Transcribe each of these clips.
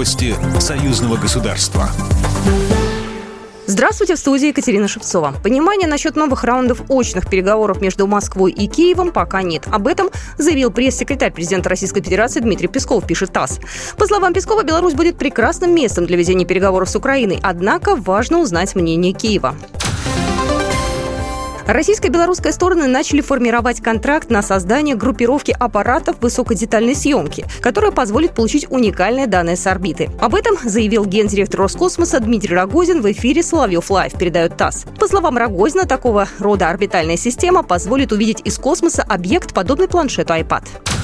Новости союзного государства. Здравствуйте, в студии Екатерина Шевцова. Понимания насчет новых раундов очных переговоров между Москвой и Киевом пока нет. Об этом заявил пресс-секретарь президента Российской Федерации Дмитрий Песков, пишет ТАСС. По словам Пескова, Беларусь будет прекрасным местом для ведения переговоров с Украиной, однако важно узнать мнение Киева. Российская и белорусская стороны начали формировать контракт на создание группировки аппаратов высокодетальной съемки, которая позволит получить уникальные данные с орбиты. Об этом заявил гендиректор Роскосмоса Дмитрий Рогозин в эфире «Соловьев Лайв», передает ТАСС. По словам Рогозина, такого рода орбитальная система позволит увидеть из космоса объект, подобный планшету iPad.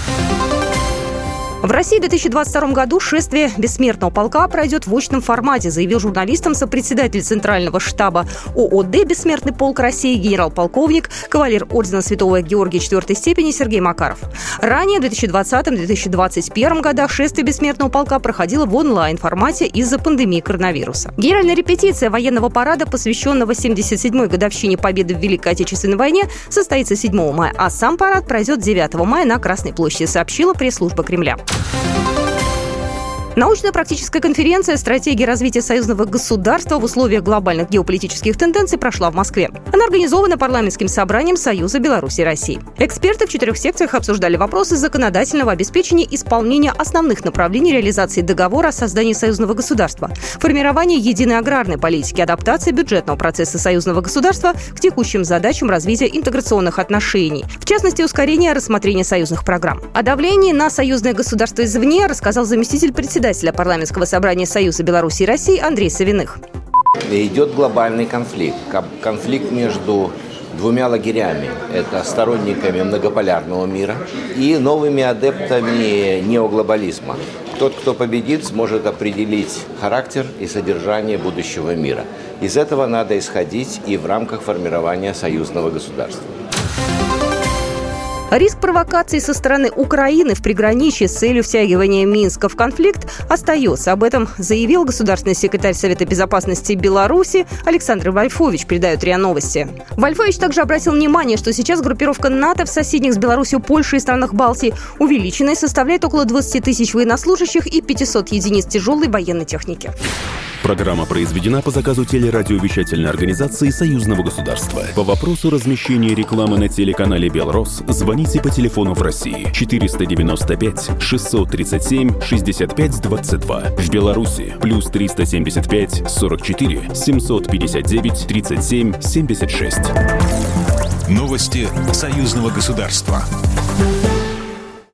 В России в 2022 году шествие бессмертного полка пройдет в очном формате, заявил журналистам сопредседатель Центрального штаба ООД «Бессмертный полк России» генерал-полковник, кавалер ордена Святого Георгия 4 степени Сергей Макаров. Ранее в 2020-2021 годах шествие бессмертного полка проходило в онлайн-формате из-за пандемии коронавируса. Генеральная репетиция военного парада, посвященного 77-й годовщине победы в Великой Отечественной войне, состоится 7 мая, а сам парад пройдет 9 мая на Красной площади, сообщила пресс-служба Кремля. Научно-практическая конференция «Стратегия развития союзного государства в условиях глобальных геополитических тенденций» прошла в Москве. Она организована парламентским собранием Союза Беларуси и России. Эксперты в 4 секциях обсуждали вопросы законодательного обеспечения исполнения основных направлений реализации договора о создании союзного государства, формирования единой аграрной политики, адаптации бюджетного процесса союзного государства к текущим задачам развития интеграционных отношений, в частности, ускорения рассмотрения союзных программ. О давлении на союзное государство извне рассказал заместитель председателя парламентского собрания Союза Беларуси и России Андрей Савиных. Идет глобальный конфликт. Конфликт между двумя лагерями. Это сторонниками многополярного мира и новыми адептами неоглобализма. Тот, кто победит, сможет определить характер и содержание будущего мира. Из этого надо исходить и в рамках формирования союзного государства. Риск провокаций со стороны Украины в приграничье с целью втягивания Минска в конфликт остается. Об этом заявил государственный секретарь Совета безопасности Беларуси Александр Вольфович, передает РИА Новости. Вольфович также обратил внимание, что сейчас группировка НАТО в соседних с Беларусью, Польшей и странах Балтии увеличенной составляет около 20 тысяч военнослужащих и 500 единиц тяжелой военной техники. Программа произведена по заказу телерадиовещательной организации Союзного государства. По вопросу размещения рекламы на телеканале «Белрос» звоните по телефону в России 495 637 65 22. В Беларуси плюс 375 44 759 37 76. Новости союзного государства.